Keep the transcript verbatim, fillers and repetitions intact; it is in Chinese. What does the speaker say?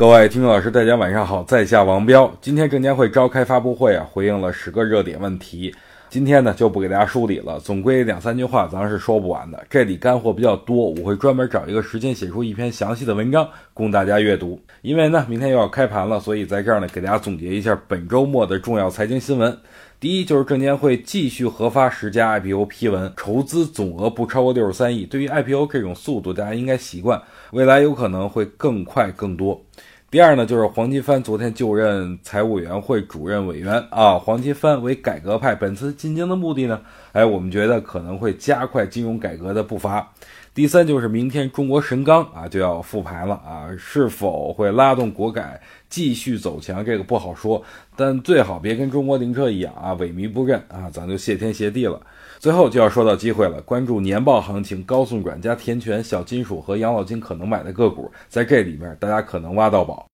各位听众老师大家晚上好，在下王彪。今天证监会召开发布会啊，回应了十个热点问题。今天呢就不给大家梳理了，总归两三句话咱是说不完的，这里干货比较多，我会专门找一个时间写出一篇详细的文章供大家阅读。因为呢明天又要开盘了，所以在这儿呢给大家总结一下本周末的重要财经新闻。第一就是证监会继续核发十家 I P O 批文，筹资总额不超过六十三亿。对于 I P O 这种速度大家应该习惯，未来有可能会更快更多。第二呢，就是黄金帆昨天就任财务委员会主任委员啊。黄金帆为改革派，本次进京的目的呢，哎，我们觉得可能会加快金融改革的步伐。第三就是明天中国神钢啊就要复牌了啊，是否会拉动国改继续走强，这个不好说，但最好别跟中国灵车一样啊萎靡不振啊，咱就谢天谢地了。最后就要说到机会了，关注年报行情，高送转加田泉、小金属和养老金可能买的个股，在这里面大家可能挖到宝。